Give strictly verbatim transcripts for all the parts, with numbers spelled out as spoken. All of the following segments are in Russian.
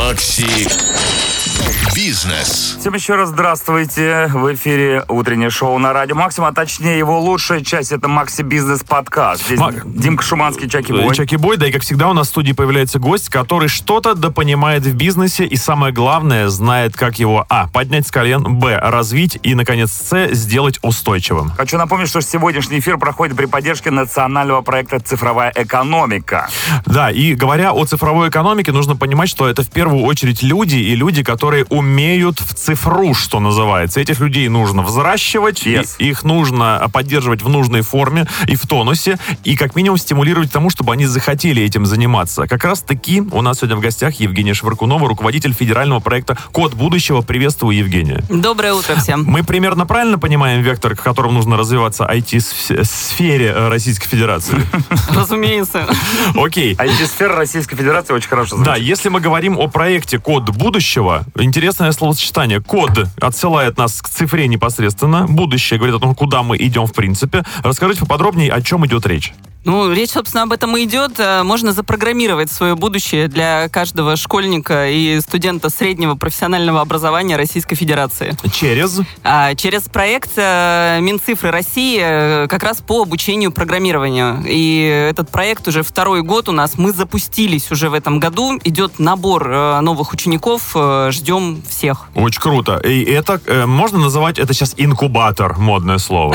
Макси Бизнес. Всем еще раз здравствуйте. В эфире утреннее шоу на радио Максим, а точнее его лучшая часть — это Макси Бизнес подкаст. Здесь Мак... Димка Шуманский, Чаки Бой. Чаки Бой, да, и как всегда у нас в студии появляется гость, который что-то допонимает в бизнесе и, самое главное, знает, как его а. поднять с колен, б. развить и, наконец, с. сделать устойчивым. Хочу напомнить, что сегодняшний эфир проходит при поддержке национального проекта «Цифровая экономика». Да, и говоря о цифровой экономике, нужно понимать, что это в первую очередь люди и люди, которые умеют в цифру, что называется. Этих людей нужно взращивать, yes. и, их нужно поддерживать в нужной форме и в тонусе, и как минимум стимулировать к тому, чтобы они захотели этим заниматься. Как раз таки у нас сегодня в гостях Евгения Швыркунова, руководитель федерального проекта «Код будущего». Приветствую, Евгения. Доброе утро всем. Мы примерно правильно понимаем вектор, к которому нужно развиваться ай ти-сфере Российской Федерации? Разумеется. Окей. ай ти-сфера Российской Федерации очень хорошо звучит. Да, если мы говорим о проекте «Код будущего», интересное словосочетание. Код отсылает нас к цифре непосредственно. Будущее говорит о том, куда мы идем в принципе. Расскажите поподробнее, о чем идет речь. Ну, речь, собственно, об этом и идет. Можно запрограммировать свое будущее для каждого школьника и студента среднего профессионального образования Российской Федерации. Через? А, через проект Минцифры России как раз по обучению программированию. И этот проект уже второй год у нас. Мы запустились уже в этом году. Идет набор новых учеников. Ждем всех. Очень круто. И это, э, можно называть это сейчас инкубатор, модное слово?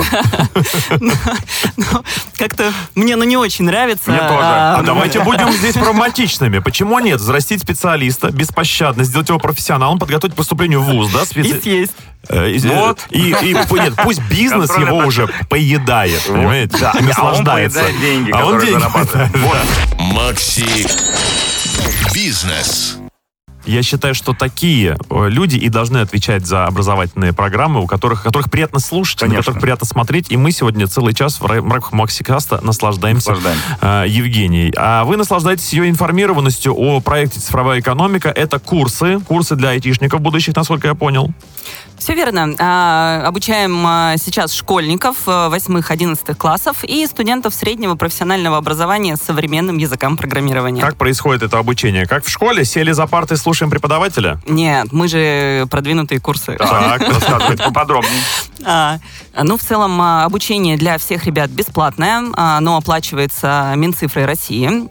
Как-то мне оно не очень нравится. Мне тоже. А давайте будем здесь прагматичными. Почему нет? Взрастить специалиста беспощадно, сделать его профессионалом, подготовить к поступлению в вуз, да? И съесть. Вот. И, и нет, пусть бизнес его уже поедает, понимаете? Да, наслаждается. А он поедает деньги, а он которые деньги зарабатывает. Вот. Макси Бизнес. Я считаю, что такие люди и должны отвечать за образовательные программы, у которых, которых приятно слушать, на которых приятно смотреть. И мы сегодня целый час в рамках Максикаста наслаждаемся Наслаждаем. э, Евгенией. А вы наслаждаетесь ее информированностью о проекте «Цифровая экономика». Это курсы, курсы для айтишников будущих, насколько я понял. Все верно. Обучаем сейчас школьников восьмых-одиннадцатых классов и студентов среднего профессионального образования с современным языкам программирования. Как происходит это обучение? Как в школе? Сели за парты и слушаем преподавателя? Нет, мы же продвинутые курсы. Так, рассказывайте поподробнее. А, ну, в целом, обучение для всех ребят бесплатное, но оплачивается Минцифрой России.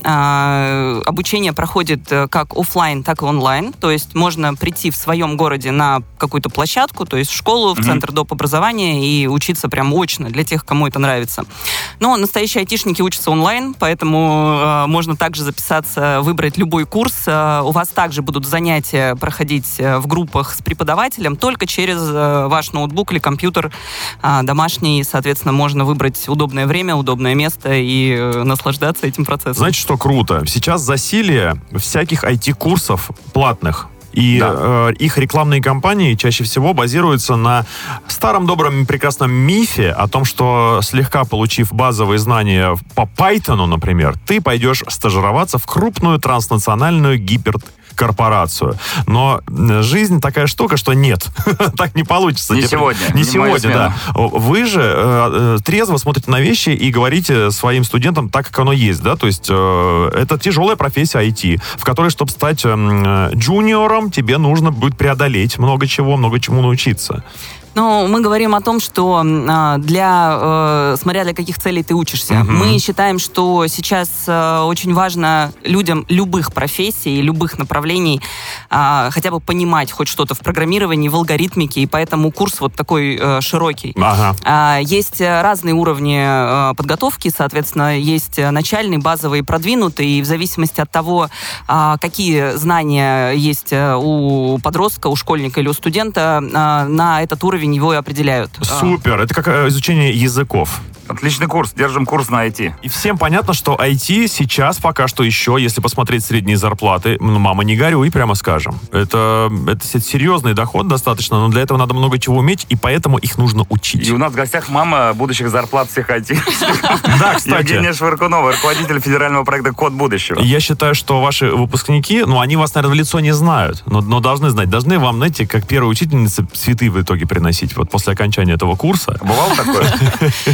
А, обучение проходит как офлайн, так и онлайн. То есть можно прийти в своем городе на какую-то площадку, то есть в школу, в mm-hmm. центр доп. Образования и учиться прям очно для тех, кому это нравится. Но настоящие айтишники учатся онлайн, поэтому э, можно также записаться, выбрать любой курс. Э, у вас также будут занятия проходить в группах с преподавателем, только через э, ваш ноутбук или компьютер э, домашний. Соответственно, можно выбрать удобное время, удобное место и э, наслаждаться этим процессом. Знаете, что круто? Сейчас засилие всяких ай ти-курсов платных. И да. э, их рекламные кампании чаще всего базируются на старом добром прекрасном мифе о том, что слегка получив базовые знания по Python, например, ты пойдешь стажироваться в крупную транснациональную гиперкорпорацию. Но жизнь такая штука, что нет. Так не получится. Не сегодня. Не сегодня, да. Вы же э, трезво смотрите на вещи и говорите своим студентам так, как оно есть, да? То есть э, это тяжелая профессия ай ти, в которой, чтобы стать э, джуниором, тебе нужно будет преодолеть много чего, много чему научиться. Но мы говорим о том, что для, э, смотря для каких целей ты учишься. Uh-huh. Мы считаем, что сейчас э, очень важно людям любых профессий, любых направлений э, хотя бы понимать хоть что-то в программировании, в алгоритмике, и поэтому курс вот такой э, широкий. Uh-huh. Э, есть разные уровни э, подготовки, соответственно, есть начальный, базовый, продвинутый, и в зависимости от того, э, какие знания есть у подростка, у школьника или у студента, э, на этот уровень его и определяют. Супер. Это как изучение языков. Отличный курс. Держим курс на ай ти. И всем понятно, что ай ти сейчас пока что еще, если посмотреть средние зарплаты, ну, мама, не горюй, прямо скажем. Это, это серьезный доход достаточно, но для этого надо много чего уметь, и поэтому их нужно учить. И у нас в гостях мама будущих зарплат всех ай ти. Да, кстати. Евгения Швыркунова, руководитель федерального проекта «Код будущего». Я считаю, что ваши выпускники, ну, они вас, наверное, в лицо не знают, но, но должны знать. Должны вам, знаете, как первая учительница, цветы в итоге приносить вот после окончания этого курса. Бывало такое? Ну, мы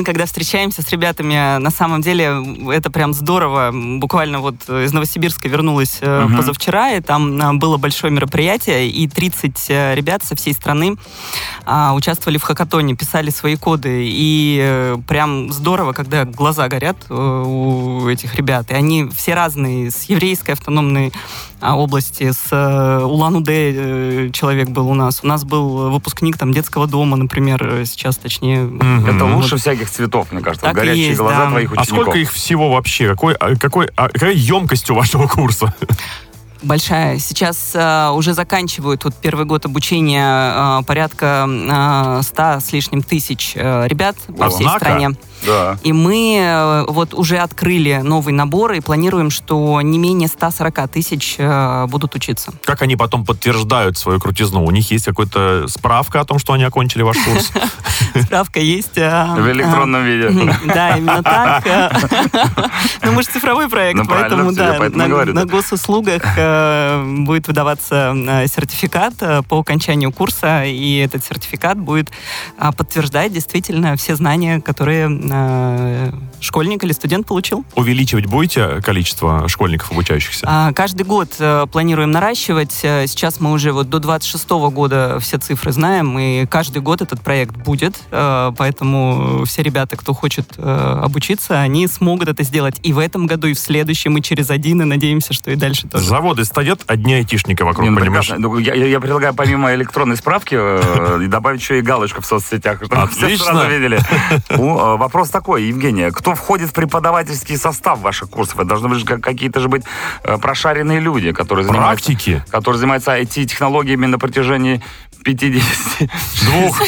мы когда встречаемся с ребятами, на самом деле это прям здорово. Буквально вот из Новосибирска вернулась uh-huh. позавчера, и там было большое мероприятие, и тридцать ребят со всей страны а, участвовали в хакатоне, писали свои коды, и прям здорово, когда глаза горят у этих ребят. И они все разные, с еврейской автономной области, с Улан-Удэ человек был у нас. У нас был выпускник там детского дома, например, сейчас точнее. Mm-hmm. Это лучше вот. Всяких цветов, мне кажется. Так горящие есть, глаза да. твоих учеников. А сколько их всего вообще? Какой, какой, какая емкость у вашего курса? Большая. Сейчас э, уже заканчивают вот первый год обучения э, порядка э, ста с лишним тысяч э, ребят по всей Однако. стране. Да. И мы э, вот уже открыли новый набор и планируем, что не менее ста сорока тысяч э, будут учиться. Как они потом подтверждают свою крутизну? У них есть какая-то справка о том, что они окончили ваш курс? Справка есть. В электронном виде. Да, именно так. Ну, мы же цифровой проект, поэтому да, на госуслугах будет выдаваться сертификат по окончанию курса, и этот сертификат будет подтверждать действительно все знания, которые школьник или студент получил. Увеличивать будете количество школьников, обучающихся? Каждый год планируем наращивать. Сейчас мы уже вот до двадцать шестого года все цифры знаем, и каждый год этот проект будет, поэтому все ребята, кто хочет обучиться, они смогут это сделать и в этом году, и в следующем, и через один, и надеемся, что и дальше тоже. Заводы стоят, одни айтишники вокруг, Не, ну, понимаешь? Я, я, я предлагаю помимо электронной справки э, добавить еще и галочку в соцсетях, чтобы все сразу видели. У, вопрос такой, Евгения, кто входит в преподавательский состав ваших курсов? Это должны быть какие-то же быть прошаренные люди, которые занимаются, Практики. которые занимаются ай ти-технологиями на протяжении пятидесяти Двух.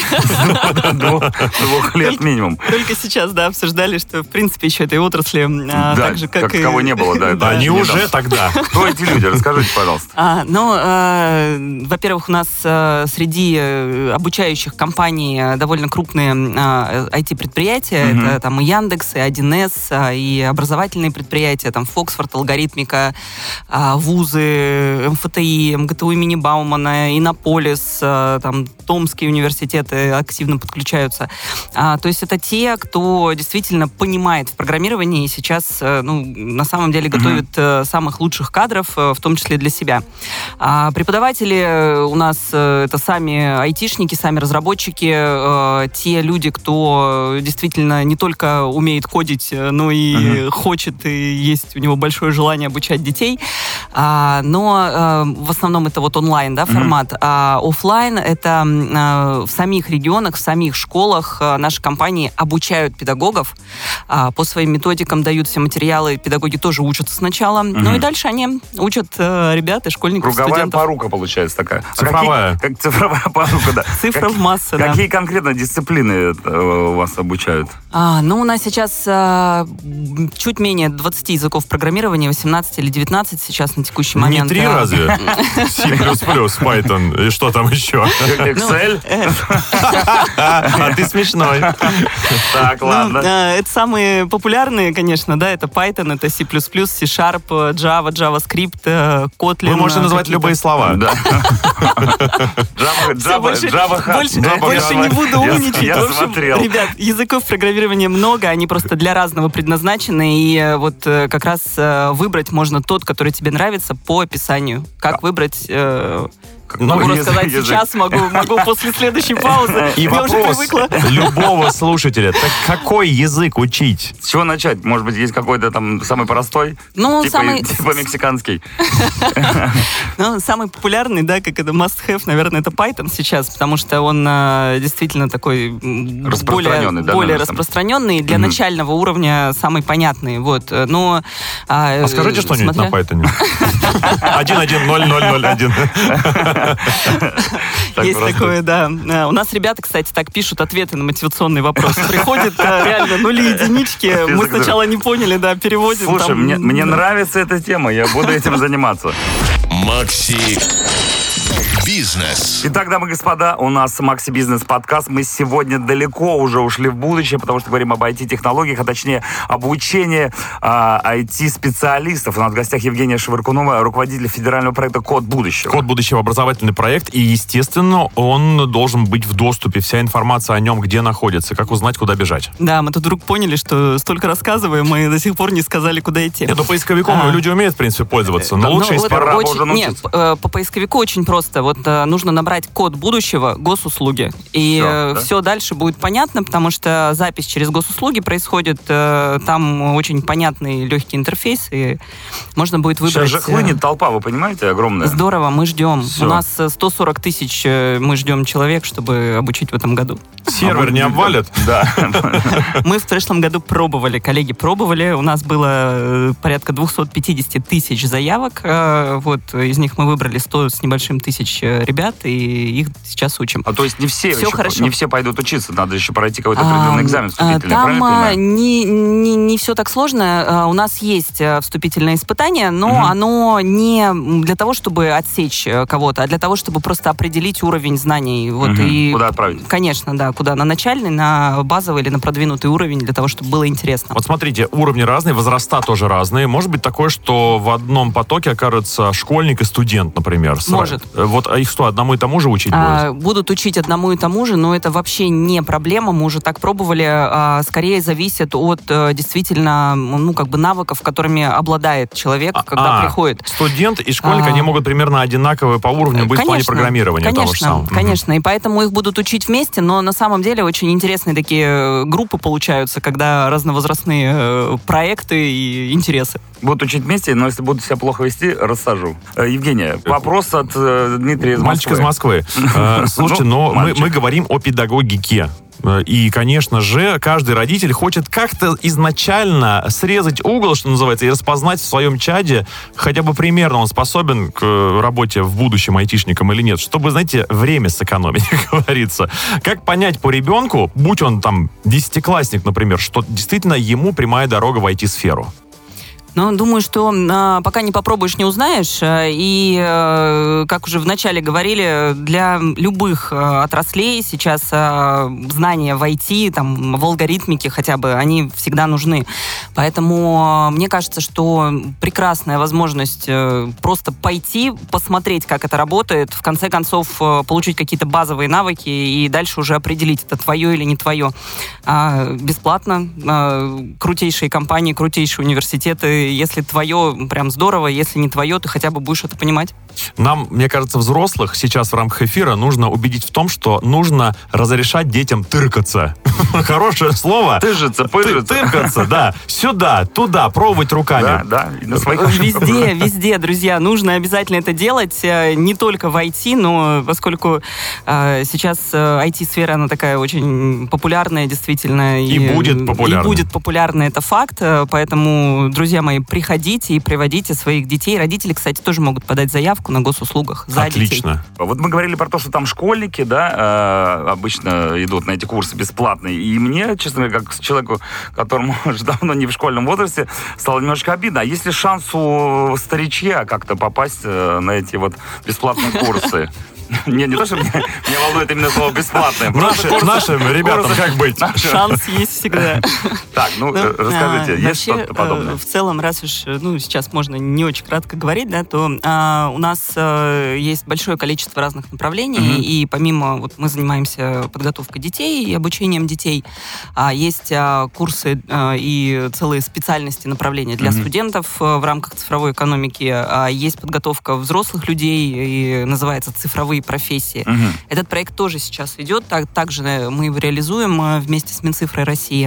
Двух лет минимум. Только сейчас, да, обсуждали, что, в принципе, еще этой отрасли да, так же, как, как и... кого не было, да. Да, они уже тогда. Кто эти люди? Расскажите, пожалуйста. А, ну, э, во-первых, у нас э, среди обучающих компаний довольно крупные э, ай ти-предприятия. Mm-hmm. Это там и Яндекс, и один эс, и образовательные предприятия, там Фоксфорд, Алгоритмика, э, вузы, эм эф тэ и, эм гэ тэ у имени Баумана, Иннополис, э, там Томские университеты активно подключаются. А, то есть это те, кто действительно понимает в программировании и сейчас, ну, на самом деле готовит mm-hmm. самых лучших кадров, в том числе для себя. А преподаватели у нас это сами айтишники, сами разработчики, те люди, кто действительно не только умеет кодить, но и mm-hmm. хочет, и есть у него большое желание обучать детей. А, но в основном это вот онлайн, да, формат. Mm-hmm. А офлайн это в самих регионах, в самих школах наши компании обучают педагогов, по своим методикам дают все материалы, педагоги тоже учатся сначала, угу. ну и дальше они учат ребят и школьников, Круговая студентов. Круговая порука получается такая. Цифровая. А какие, как цифровая порука, да. Цифра в массы, да. Какие конкретно дисциплины у вас обучают? А, ну, у нас сейчас а, чуть менее двадцать языков программирования, восемнадцать или девятнадцать сейчас на текущий момент. Не три да. разве? C++, Python и что там еще? Excel? А ты смешной. Так, ладно. Это самые популярные, конечно, да, это Python, это C++, C-Sharp, Java, JavaScript, Kotlin. Вы можете назвать любые слова. Да. Java, больше, Java, больше, Java, больше не буду умничать. Я, я в общем, смотрел. Ребят, языков программирования много, они просто для разного предназначены, и вот как раз выбрать можно тот, который тебе нравится по описанию. Как выбрать... Ну, могу язык, рассказать язык. Сейчас, могу, могу после следующей паузы. И Я вопрос уже привыкла. любого слушателя, так какой язык учить? С чего начать? Может быть, есть какой-то там самый простой? Ну, типа, самый... типа мексиканский. Ну, самый популярный, да, как это must-have, наверное, это Python сейчас, потому что он а, действительно такой распространенный, более, да, более наверное, распространенный, для mm-hmm. начального уровня самый понятный. Вот. Но, а, а скажите что-нибудь смотря... на Python. один один ноль ноль ноль один. Так Есть просто. такое, да. У нас ребята, кстати, так пишут ответы на мотивационные вопросы. Приходят реально нули, единички. Мы сначала не поняли, да, переводим. Слушай, там, мне, мне да. нравится эта тема, я буду этим заниматься. Макси Бизнес. Итак, дамы и господа, у нас Макси Бизнес подкаст. Мы сегодня далеко уже ушли в будущее, потому что говорим об ай ти-технологиях, а точнее обучении а, ай ти-специалистов. У нас в гостях Евгения Шевыркунова, руководитель федерального проекта «Код будущего». «Код будущего» — образовательный проект, и, естественно, он должен быть в доступе. Вся информация о нем, где находится, как узнать, куда бежать. Да, мы тут вдруг поняли, что столько рассказываем, мы до сих пор не сказали, куда идти. Нет, ну поисковиком а. люди умеют, в принципе, пользоваться, но ну, лучше вот из пора очень, уже Нет, по поисковику очень просто. Вот нужно набрать «Код будущего», госуслуги. И все, да? все дальше будет понятно, потому что запись через госуслуги происходит. Там очень понятный легкий интерфейс, и можно будет выбрать... Сейчас же хлынет толпа, вы понимаете, огромная. Здорово, мы ждем. Все. У нас сто сорок тысяч мы ждем человек, чтобы обучить в этом году. Сервер а не обвалит? Да. Мы в прошлом году пробовали, коллеги пробовали. У нас было порядка двести пятьдесят тысяч заявок. Вот, из них мы выбрали сто с небольшим тысяч ребят, и их сейчас учим. А то есть не все, все еще, хорошо. Не все пойдут учиться, надо еще пройти какой-то определенный а, экзамен вступительный, там правильно не, не, не все так сложно. У нас есть вступительное испытание, но угу. оно не для того, чтобы отсечь кого-то, а для того, чтобы просто определить уровень знаний. Вот, угу. и, куда отправить? Конечно, да. Куда? На начальный, на базовый или на продвинутый уровень, для того, чтобы было интересно. Вот смотрите, уровни разные, возраста тоже разные. Может быть такое, что в одном потоке окажется школьник и студент, например. Может. Вот а их что, одному и тому же учить а, будут? Будут учить одному и тому же, но это вообще не проблема. Мы уже так пробовали. А, скорее зависит от действительно, ну, как бы навыков, которыми обладает человек, когда а, приходит. Студент и школьник, а, они могут примерно одинаковые по уровню быть, конечно, в плане программирования. Конечно, того же самого. Конечно. Mm-hmm. И поэтому их будут учить вместе, но на самом деле очень интересные такие группы получаются, когда разновозрастные проекты и интересы. Будут учить вместе, но если будут себя плохо вести, рассажу. Евгения, вопрос от Дмитрия из Москвы. Мальчик из Москвы. Слушайте, но мы говорим о педагогике. И, конечно же, каждый родитель хочет как-то изначально срезать угол, что называется, и распознать в своем чаде, хотя бы примерно он способен к работе в будущем айтишником или нет, чтобы, знаете, время сэкономить, как говорится. Как понять по ребенку, будь он там десятиклассник, например, что действительно ему прямая дорога в ай ти-сферу? Ну, думаю, что а, пока не попробуешь, не узнаешь. И, а, как уже вначале говорили, для любых а, отраслей сейчас а, знания в ай ти, там, в алгоритмике хотя бы, они всегда нужны. Поэтому а, мне кажется, что прекрасная возможность а, просто пойти, посмотреть, как это работает, в конце концов а, получить какие-то базовые навыки и дальше уже определить, это твое или не твое. А, бесплатно. А, крутейшие компании, крутейшие университеты. Если твое, прям здорово, если не твое, ты хотя бы будешь это понимать. Нам, мне кажется, взрослых сейчас в рамках эфира нужно убедить в том, что нужно разрешать детям тыркаться. Хорошее слово. Тыжиться, пыжиться. Тыркаться, да. Сюда, туда, пробовать руками. Да, да. И на своих везде, везде, друзья, нужно обязательно это делать. Не только в ай ти, но поскольку э, сейчас ай ти-сфера, она такая очень популярная, действительно. И, и будет популярной. И будет популярной, это факт. Поэтому, друзья мои, приходите и приводите своих детей. Родители, кстати, тоже могут подать заявку на госуслугах за Отлично. детей. Вот мы говорили про то, что там школьники, да, э, обычно идут на эти курсы бесплатные. И мне, честно говоря, как человеку, которому уже давно не в школьном возрасте, стало немножко обидно. А есть ли шанс у старичья как-то попасть э, на эти вот бесплатные курсы? Не, не то, что меня, меня волнует именно слово «бесплатное». Наши, курсы, нашим ребятам курсы, как быть? Шанс есть всегда. Так, ну, ну расскажите, а, есть вообще, что-то подобное? В целом, раз уж, ну, сейчас можно не очень кратко говорить, да, то а, у нас а, есть большое количество разных направлений, mm-hmm. и помимо, вот мы занимаемся подготовкой детей и обучением детей, а, есть а, курсы а, и целые специальности, направления для mm-hmm. студентов а, в рамках цифровой экономики, а, есть подготовка взрослых людей, и называется «Цифровые профессии». Угу. Этот проект тоже сейчас идет, так, также мы его реализуем вместе с Минцифрой России.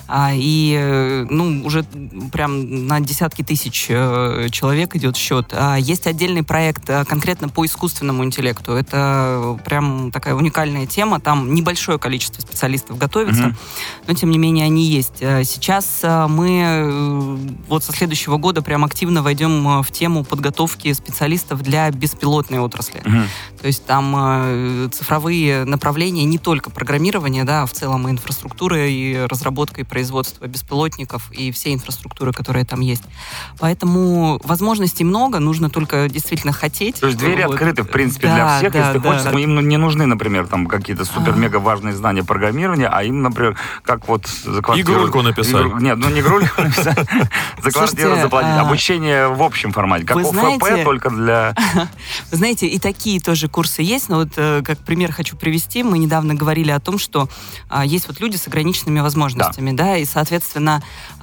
И ну, уже прям на десятки тысяч человек идет счет. Есть отдельный проект конкретно по искусственному интеллекту. Это прям такая уникальная тема. Там небольшое количество специалистов готовится, угу. но тем не менее они есть. Сейчас мы вот со следующего года прям активно войдем в тему подготовки специалистов для беспилотной отрасли. Угу. То есть там э, цифровые направления не только программирование, да, а в целом и инфраструктура, и разработка, и производство беспилотников, и все инфраструктуры, которые там есть. Поэтому возможностей много, нужно только действительно хотеть. То есть двери вот. открыты, в принципе, да, для всех, да, если да, хочется. да. Им не нужны, например, там какие-то супер-мега важные знания программирования, а им, например, как вот за квартиру... Игрульку написать. Игру... Нет, ну не игрульку написать, за квартиру заплатить. Обучение в общем формате, как ОФП, только для... Вы знаете, и такие тоже курсы есть, но вот как пример хочу привести. Мы недавно говорили о том, что есть вот люди с ограниченными возможностями, да, и, соответственно,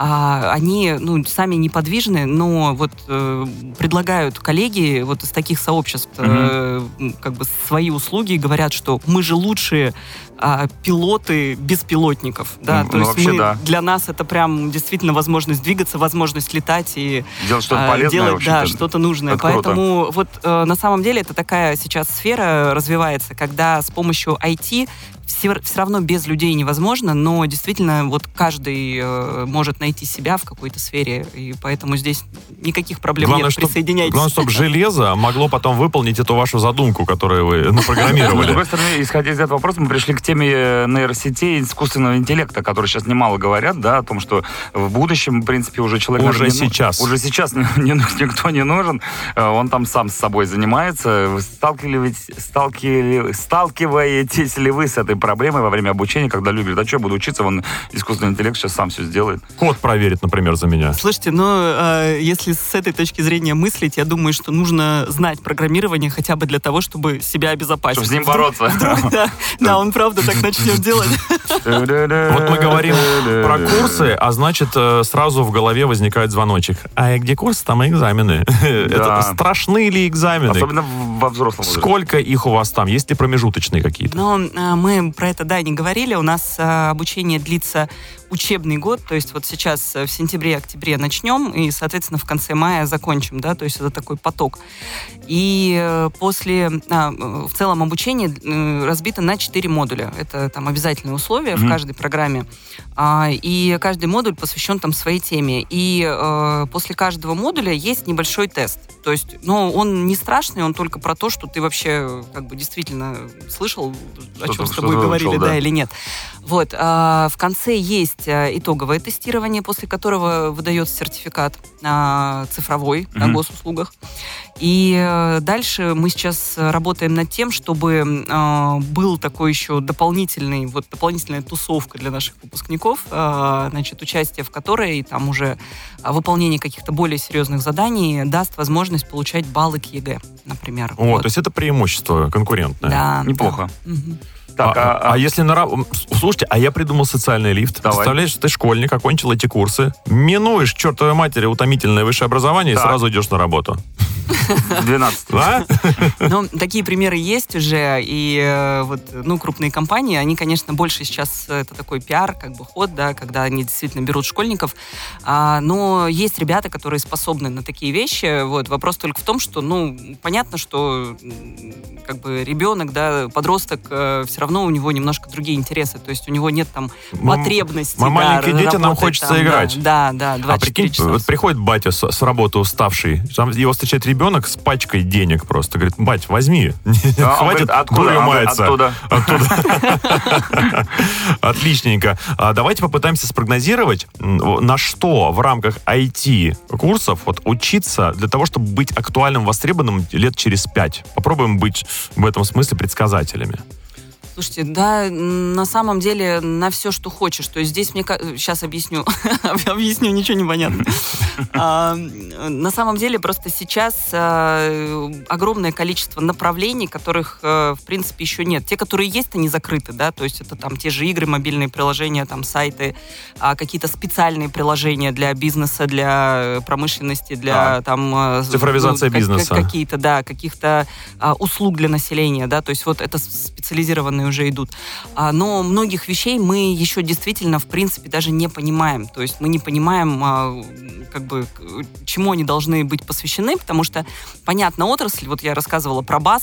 они, ну, сами неподвижны, но вот предлагают коллеги вот из таких сообществ mm-hmm. как бы свои услуги и говорят, что мы же лучшие а, пилоты беспилотников, да, ну, то есть вообще, мы, да. для нас это прям действительно возможность двигаться, возможность летать и делать что-то а, полезное, делать, да, что-то нужное. Поэтому вот э, на самом деле это такая сейчас сфера развивается, когда с помощью ай ти все, все равно без людей невозможно, но действительно вот каждый э, может найти себя в какой-то сфере, и поэтому здесь никаких проблем главное, нет, чтоб, присоединяйтесь. Главное, чтобы железо могло потом выполнить эту вашу задумку, которую вы напрограммировали. С другой стороны, исходя из этого вопроса, мы пришли к теме нейросетей и искусственного интеллекта, о которой сейчас немало говорят, да, о том, что в будущем, в принципе, уже человек... Уже не, сейчас. Уже сейчас не, не, никто не нужен, он там сам с собой занимается. Сталкиваетесь, сталкиваетесь, сталкиваетесь ли вы с этой проблемой во время обучения, когда люди говорят, а что, я буду учиться, вон искусственный интеллект сейчас сам все сделает. Код проверит, например, за меня. Слушайте, ну, э, если с этой точки зрения мыслить, я думаю, что нужно знать программирование хотя бы для того, чтобы себя обезопасить. Чтобы с ним бороться. Вдруг, да, да, он правда так начнет делать. Вот мы говорим про курсы, а значит, сразу в голове возникает звоночек. А где курсы, там и экзамены. Это страшны ли экзамены? Особенно во взрослом возрасте. Сколько их у вас там? Есть ли промежуточные какие-то? Ну, мы про это, да, не говорили. У нас обучение длится учебный год, то есть вот сейчас в сентябре-октябре начнем, и, соответственно, в конце мая закончим, да, то есть это такой поток. И после, а, в целом, обучение разбито на четыре модуля. Это там обязательные условия mm-hmm. в каждой программе. А, и каждый модуль посвящен там своей теме. И а, после каждого модуля есть небольшой тест. То есть, ну, он не страшный, он только про то, что ты вообще как бы действительно слышал, что о чем с тобой говорили, учил, да. да, или нет. Вот. А, в конце есть итоговое тестирование, после которого выдается сертификат а, цифровой mm-hmm. на госуслугах. И дальше мы сейчас работаем над тем, чтобы э, был такой еще дополнительный, вот дополнительная тусовка для наших выпускников, э, значит, участие в которой там уже выполнение каких-то более серьезных заданий даст возможность получать баллы к ЕГЭ, например. О, вот. То есть это преимущество конкурентное. Да. Неплохо. Да. Угу. Так, а, а, а если на... Слушайте, а я придумал социальный лифт. Давай. Представляешь, ты школьник, окончил эти курсы, минуешь к чертовой матери утомительное высшее образование так. и сразу идешь на работу. двенадцать. Да? Ну, такие примеры есть уже, и вот, ну, крупные компании, они, конечно, больше сейчас, это такой пиар, как бы ход, да, когда они действительно берут школьников, а, но есть ребята, которые способны на такие вещи, вот, вопрос только в том, что, ну, понятно, что как бы ребенок, да, подросток, все равно у него немножко другие интересы, то есть у него нет там потребности. Мам, да, маленькие дети, нам хочется там, играть. Да, да, два-четыре а прикинь, часа. Вот приходит батя с, с работы уставший, там его встречает ребенок с пачкой денег просто, говорит, бать, возьми, а хватит дурью маяться. Оттуда. Отличненько. А давайте попытаемся спрогнозировать, на что в рамках ай ти-курсов вот, учиться для того, чтобы быть актуальным, востребованным лет через пять. Попробуем быть в этом смысле предсказателями. Слушайте, да, на самом деле на все, что хочешь. То есть здесь мне... Сейчас объясню. Объясню, ничего не понятно. а, на самом деле просто сейчас а, огромное количество направлений, которых, а, в принципе, еще нет. Те, которые есть, они закрыты, да, то есть это там те же игры, мобильные приложения, там сайты, а, какие-то специальные приложения для бизнеса, для промышленности, для а, там... цифровизация ну, бизнеса. Какие-то, да, каких-то а, услуг для населения, да, то есть вот это специализированные определенные уже идут. Но многих вещей мы еще действительно, в принципе, даже не понимаем. То есть мы не понимаем, как бы, чему они должны быть посвящены, потому что, понятно, отрасль, вот я рассказывала про бас,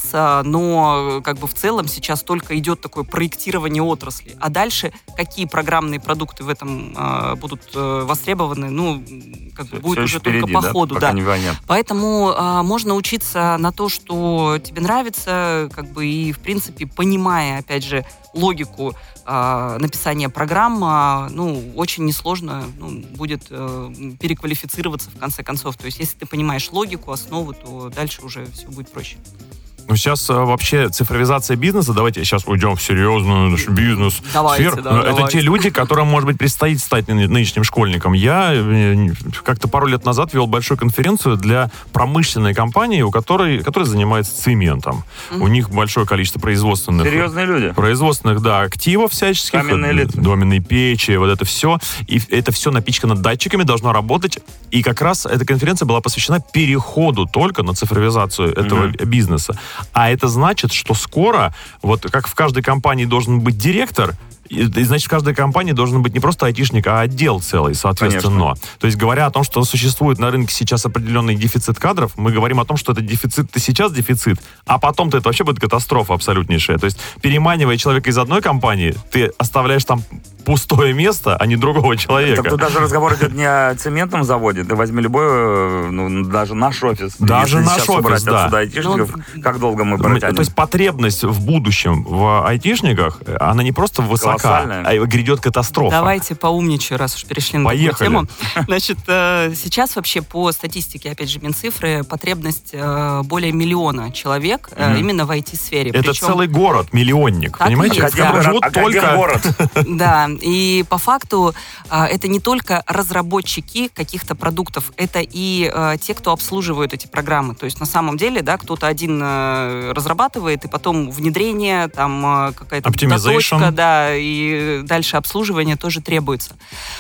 но как бы в целом сейчас только идет такое проектирование отрасли. А дальше какие программные продукты в этом э, будут э, востребованы, ну, как бы будет уже впереди, только по да? ходу. Пока да. не понятно. Поэтому э, можно учиться на то, что тебе нравится, как бы, и, в принципе, понимая, опять же, логику э, написания программ, э, ну, очень несложно ну, будет э, переквалифицироваться, в конце концов. То есть, если ты понимаешь логику, основу, то дальше уже все будет проще. Ну, сейчас а, вообще цифровизация бизнеса, давайте сейчас уйдем в серьезную наш бизнес. Давайте, сферу. да, Это давайте. те люди, которым, может быть, предстоит стать ны- нынешним школьником. Я э, как-то пару лет назад вел большую конференцию для промышленной компании, у которой, которая занимается цементом. Mm-hmm. У них большое количество производственных... Серьезные люди. Производственных, да, активов всяческих. Каменные лица. Доменные печи, вот это все. И это все напичкано датчиками, должно работать. И как раз эта конференция была посвящена переходу только на цифровизацию этого mm-hmm. бизнеса. А это значит, что скоро, вот как в каждой компании должен быть директор, и, значит, в каждой компании должен быть не просто айтишник, а отдел целый, соответственно. Конечно. То есть, говоря о том, что существует на рынке сейчас определенный дефицит кадров, мы говорим о том, что это дефицит, ты сейчас дефицит, а потом-то это вообще будет катастрофа абсолютнейшая. То есть, переманивая человека из одной компании, ты оставляешь там пустое место, а не другого человека. Так тут даже разговор идет не о цементном заводе. Ты возьми любой, ну, даже наш офис. Даже Если наш сейчас офис, убрать да. отсюда айтишников, ну, как долго мы протянем? То есть потребность в будущем в айтишниках, она не просто высока, а грядет катастрофа. Давайте поумничаю, раз уж перешли на Поехали. такую тему. Значит, сейчас вообще по статистике, опять же, Минцифры, потребность более миллиона человек mm-hmm. именно в ай ти-сфере. Это Причем... целый город, миллионник, так понимаете? Есть, в котором да. живут а только... город? Да, и по факту это не только разработчики каких-то продуктов, это и те, кто обслуживают эти программы. То есть на самом деле, да, кто-то один разрабатывает, и потом внедрение, там какая-то доточка, да, и дальше обслуживание тоже требуется.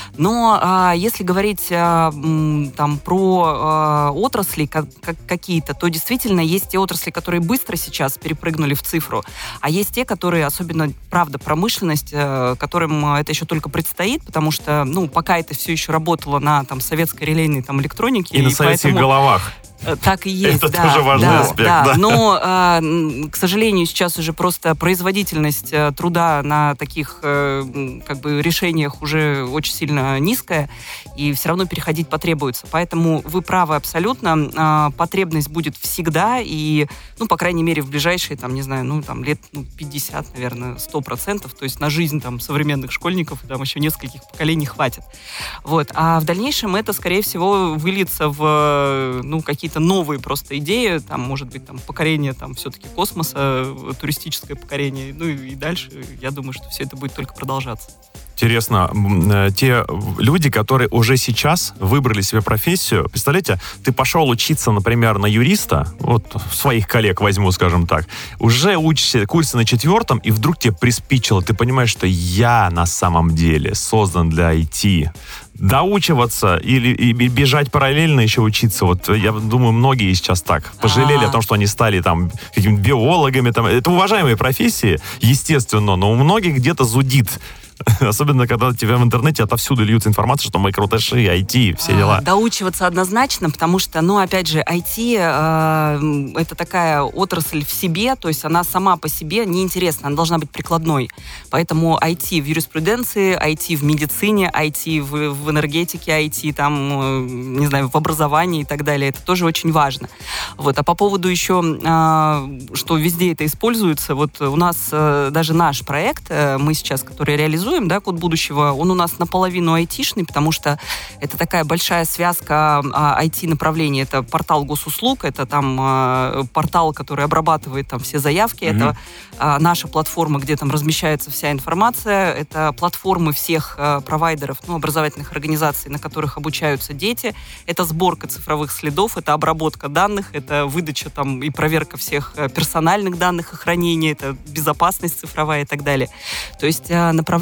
Но а, если говорить а, там про а, отрасли как, как, какие-то, то действительно есть те отрасли, которые быстро сейчас перепрыгнули в цифру, а есть те, которые, особенно, правда, промышленность, а, которым это еще только предстоит, потому что, ну, пока это все еще работало на там советской релейной там электронике. И, и на советских поэтому... головах. Так и есть, это да. тоже важный да, аспект, да. да. Но, э, к сожалению, сейчас уже просто производительность э, труда на таких э, как бы решениях уже очень сильно низкая, и все равно переходить потребуется. Поэтому вы правы абсолютно. Э, потребность будет всегда, и, ну, по крайней мере, в ближайшие, там, не знаю, ну, там, лет ну, пятьдесят, наверное, сто процентов, то есть на жизнь там современных школьников там еще нескольких поколений хватит. Вот. А в дальнейшем это, скорее всего, выльется в, ну, какие-то новые просто идеи, там, может быть, там, покорение, там, все-таки космоса, туристическое покорение, ну, и дальше, я думаю, что все это будет только продолжаться. Интересно, те люди, которые уже сейчас выбрали себе профессию, представляете, ты пошел учиться, например, на юриста, вот своих коллег возьму, скажем так, уже учишься курсе на четвертом, и вдруг тебе приспичило, ты понимаешь, что я на самом деле создан для ай ти. Доучиваться или и бежать параллельно еще учиться. Вот я думаю, многие сейчас так пожалели А-а-а. о том, что они стали там какими-то биологами. Там. Это уважаемые профессии, естественно, но у многих где-то зудит. Особенно, когда тебе в интернете отовсюду льются информация, что мы крутыши, ай ти, все дела. А, доучиваться однозначно, потому что, ну, опять же, ай ти э, это такая отрасль в себе, то есть она сама по себе неинтересна, она должна быть прикладной. Поэтому ай ти в юриспруденции, ай ти в медицине, ай ти в, в энергетике, ай ти там, э, не знаю, в образовании и так далее, это тоже очень важно. Вот. А по поводу еще, э, что везде это используется, вот у нас э, даже наш проект, э, мы сейчас, который реализуем, да, код будущего, он у нас наполовину айтишный, потому что это такая большая связка а, ай ти-направлений. Это портал госуслуг, это там а, портал, который обрабатывает там все заявки, mm-hmm. это а, наша платформа, где там размещается вся информация, это платформы всех а, провайдеров, ну, образовательных организаций, на которых обучаются дети, это сборка цифровых следов, это обработка данных, это выдача там и проверка всех персональных данных и хранения, это безопасность цифровая и так далее. То есть а, направление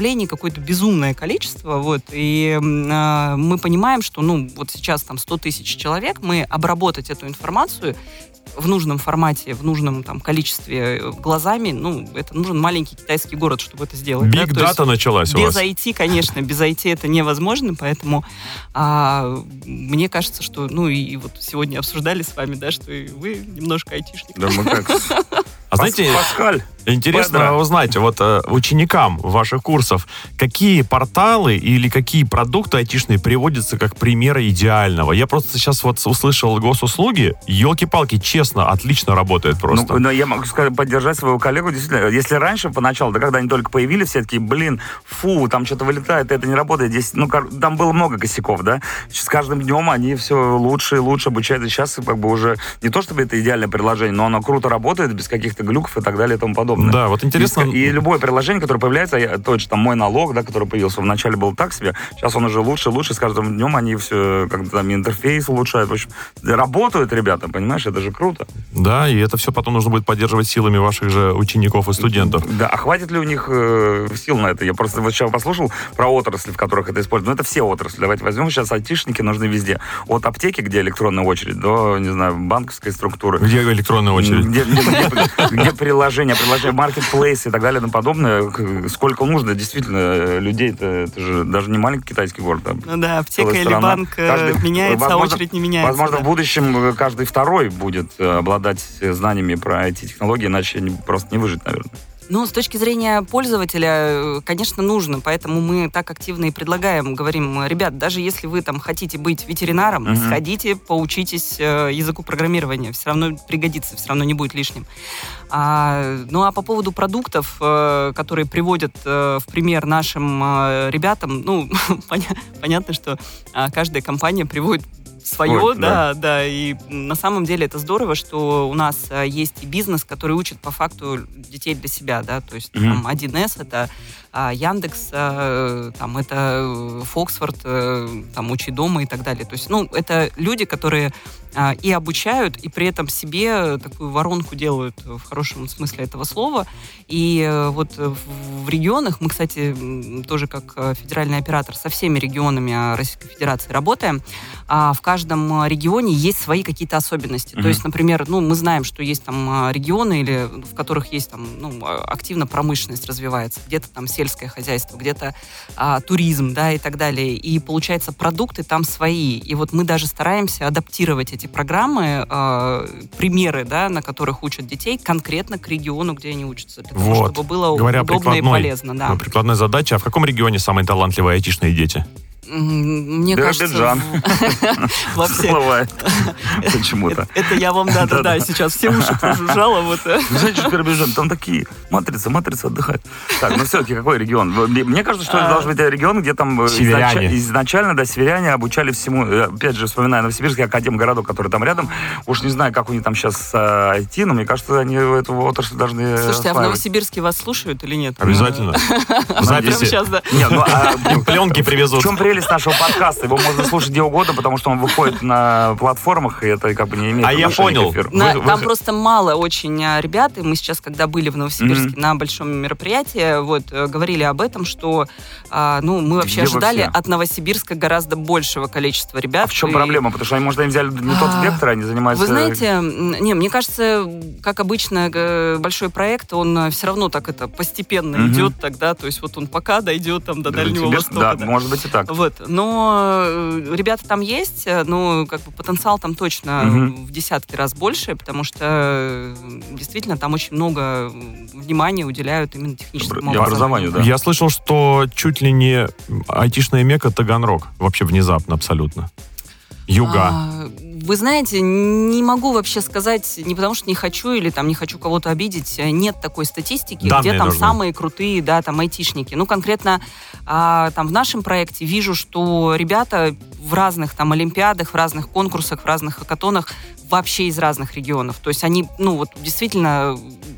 направлений какое-то безумное количество, вот, и э, мы понимаем, что, ну, вот сейчас там сто тысяч человек, мы обработать эту информацию в нужном формате, в нужном там количестве глазами, ну, это нужен маленький китайский город, чтобы это сделать. Биг да? дата началась у вас. Без ай ти, конечно, без ай ти это невозможно, поэтому а, мне кажется, что, ну, и, и вот сегодня обсуждали с вами, да, что и вы немножко айтишник. Да, мы как... А знаете, Паскаль. интересно Педро. узнать, вот э, ученикам ваших курсов, какие порталы или какие продукты айтишные приводятся как примеры идеального? Я просто сейчас вот услышал госуслуги, елки-палки, честно, отлично работает просто. Ну, но я могу сказать, поддержать своего коллегу, действительно, если раньше, поначалу, да, когда они только появились, все такие, блин, фу, там что-то вылетает, это не работает, здесь, ну, там было много косяков, да, с каждым днем они все лучше и лучше обучаются, сейчас как бы уже не то, чтобы это идеальное приложение, но оно круто работает, без каких-то глюков и так далее и тому подобное. Да, вот интересно. И, и любое приложение, которое появляется, я, тот же там мой налог, да, который появился, вначале был так себе, сейчас он уже лучше и лучше, с каждым днем они все, как-то там интерфейс улучшают, в общем, работают ребята, понимаешь, это же круто. Да, и это все потом нужно будет поддерживать силами ваших же учеников и студентов. Да, а хватит ли у них э, сил на это? Я просто вот сейчас послушал про отрасли, в которых это используют. Ну, это все отрасли. Давайте возьмем, сейчас айтишники нужны везде. От аптеки, где электронная очередь, до, не знаю, банковской структуры. Где электронная очередь? Где, где, где, где приложения, приложения, маркетплейсы и так далее и тому подобное. Сколько нужно действительно людей, это, это же даже не маленький китайский город. А ну да, аптека или страна. банк каждый, меняется, возможно, а очередь не меняется. Возможно, да. в будущем каждый второй будет обладать знаниями про ай ти-технологии, иначе просто не выжить, наверное. Ну, с точки зрения пользователя, конечно, нужно, поэтому мы так активно и предлагаем, говорим, ребят, даже если вы там хотите быть ветеринаром, mm-hmm. сходите, поучитесь языку программирования, все равно пригодится, все равно не будет лишним. А, ну, а по поводу продуктов, которые приводят в пример нашим ребятам, ну, понятно, что каждая компания приводит свое, Ой, да, да, да, и на самом деле это здорово, что у нас есть и бизнес, который учит по факту детей для себя, да, то есть mm-hmm. там один эс это а, Яндекс, а, там это Фоксфорд, а, там Учи дома и так далее, то есть, ну, это люди, которые а, и обучают, и при этом себе такую воронку делают в хорошем смысле этого слова, и а, вот в, в регионах, мы, кстати, тоже как федеральный оператор со всеми регионами Российской Федерации работаем, а в каждом регионе есть свои какие-то особенности. Mm-hmm. То есть, например, ну, мы знаем, что есть там регионы, или в которых есть там, ну, активно промышленность развивается, где-то там сельское хозяйство, где-то а, туризм, да, и так далее. И, получается, продукты там свои. И вот мы даже стараемся адаптировать эти программы, а, примеры, да, на которых учат детей, конкретно к региону, где они учатся, для того, вот. чтобы было Говоря удобно и полезно. Да. Прикладная задача. А в каком регионе самые талантливые айтишные дети? Мне Биробиджан. Во всех. Почему-то. Это я вам, да-да-да, сейчас все уши прожужжала. Знаете, что Биробиджан? Там такие матрицы, матрицы отдыхают. Так, ну все-таки какой регион? Мне кажется, что это должен быть регион, где там изначально, да, северяне обучали всему. Опять же, вспоминаю Новосибирский академгородок, который там рядом. Уж не знаю, как у них там сейчас ай ти, но мне кажется, они эту отрасль должны Слушайте, а в Новосибирске вас слушают или нет? Обязательно. В записи. Сейчас, да. Пленки привезут. В чем прелесть нашего подкаста? Его можно слушать где угодно, потому что он выходит на платформах, и это как бы не имеет а я понял. к эфиру. На, вы, там вы... просто мало очень ребят, и мы сейчас, когда были в Новосибирске mm-hmm. на большом мероприятии, вот, говорили об этом, что а, ну, мы вообще где ожидали от Новосибирска гораздо большего количества ребят. А в чем и... проблема? Потому что они, может, они взяли не тот вектор, они занимаются... Вы знаете, не, мне кажется, как обычно, большой проект, он все равно так это постепенно mm-hmm. идет тогда, то есть вот он пока дойдет там до да, Дальнего Востока. Да, да, может быть и так. Вот. Но ребята там есть, но как бы потенциал там точно угу. в десятки раз больше, потому что действительно там очень много внимания уделяют именно техническому образованию. образованию. Да. Я слышал, что чуть ли не айтишная мека Таганрог. Вообще внезапно абсолютно. Юга. А, вы знаете, не могу вообще сказать, не потому что не хочу или там не хочу кого-то обидеть, нет такой статистики, данные где там нужны. Самые крутые, да, там айтишники. Ну, конкретно а, там в нашем проекте вижу, что ребята в разных там олимпиадах, в разных конкурсах, в разных хакатонах вообще из разных регионов. То есть они, ну, вот действительно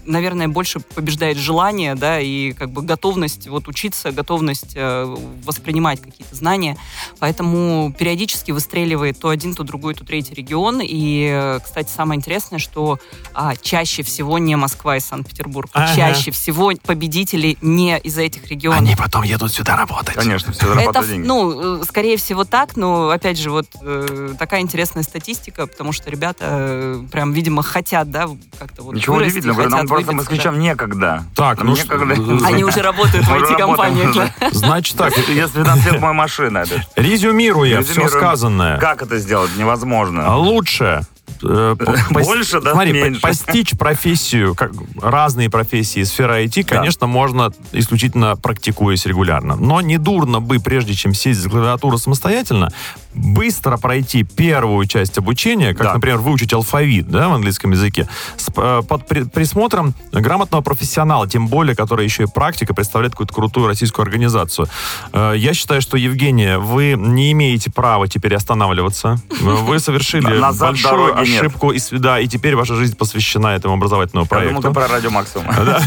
наверное, больше побеждает желание, да, и как бы готовность вот учиться, готовность э, воспринимать какие-то знания. Поэтому периодически выстреливает то один, то другой, то третий регион. И, кстати, самое интересное, что а, чаще всего не Москва и Санкт-Петербург. Ага. Чаще всего победители не из этих регионов. Они потом едут сюда работать. Конечно, все зарабатывают Это, деньги. ну, скорее всего так, но, опять же, вот э, такая интересная статистика, потому что ребята э, прям, видимо, хотят, да, как-то вот Ничего вырасти, удивительного, нам хотят просто выбиться, москвичам да. некогда. Так, Нам ну некогда. что- Они уже работают в Мы уже ай ти-компаниях. работаем да. уже. Значит так, Если двенадцать лет моя машина. это- резюмируя все Резюмируем. сказанное. Как это сделать? Невозможно. А лучше э, по- пос- Больше, да, смотри, меньше? по- постичь профессию, как, разные профессии сферы ай ти, Да. конечно, можно исключительно практикуясь регулярно. Но не дурно бы, прежде чем сесть за клавиатуру самостоятельно, быстро пройти первую часть обучения, как, Да. например, выучить алфавит, да, в английском языке, с, э, под при- присмотром грамотного профессионала, тем более, который еще и практика представляет какую-то крутую российскую организацию. Э, Я считаю, что, Евгения, вы не имеете права теперь останавливаться. Вы совершили Назад большую дороги нет. ошибку, и, с- да, и теперь ваша жизнь посвящена этому образовательному Я думал, ты проекту. про радио Максимум.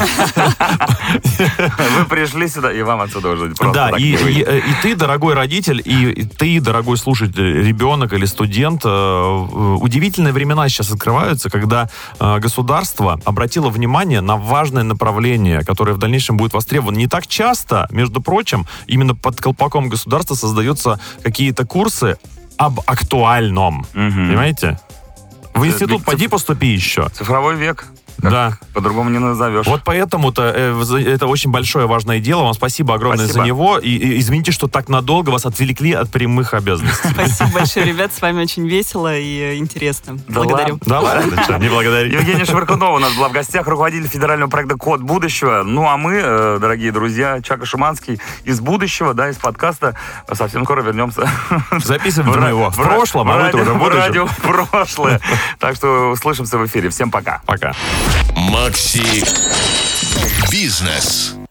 Вы пришли сюда, и вам отсюда уже просто Да, так и, не выйдет. и- и ты, дорогой родитель, и, и ты, дорогой слушатель, ребенок или студент, э, э, удивительные времена сейчас открываются, когда э, государство обратило внимание на важное направление, которое в дальнейшем будет востребовано. Не так часто, между прочим, именно под колпаком государства создаются какие-то курсы об актуальном. Мгм. Понимаете? В Это институт ведь пойди циф- поступи еще. Цифровой век. Как Да. По-другому не назовешь. Вот поэтому-то э, за- это очень большое важное дело. Вам спасибо огромное Спасибо. за него. И, и извините, что так надолго вас отвлекли от прямых обязанностей. Спасибо большое, ребят, с вами очень весело и э, интересно. Да Благодарю. Да ладно, что, не благодари. Евгения Шевыркунова у нас была в гостях, руководитель федерального проекта «Код будущего». Ну, а мы, э, дорогие друзья, Чака Шуманский из будущего, да, из подкаста. Совсем скоро вернемся. Записываем мы его в ра- прошлом, а мы-то уже в в будущем. радио в прошлое. Так что услышимся в эфире. Всем пока. Пока. Макси Бизнес.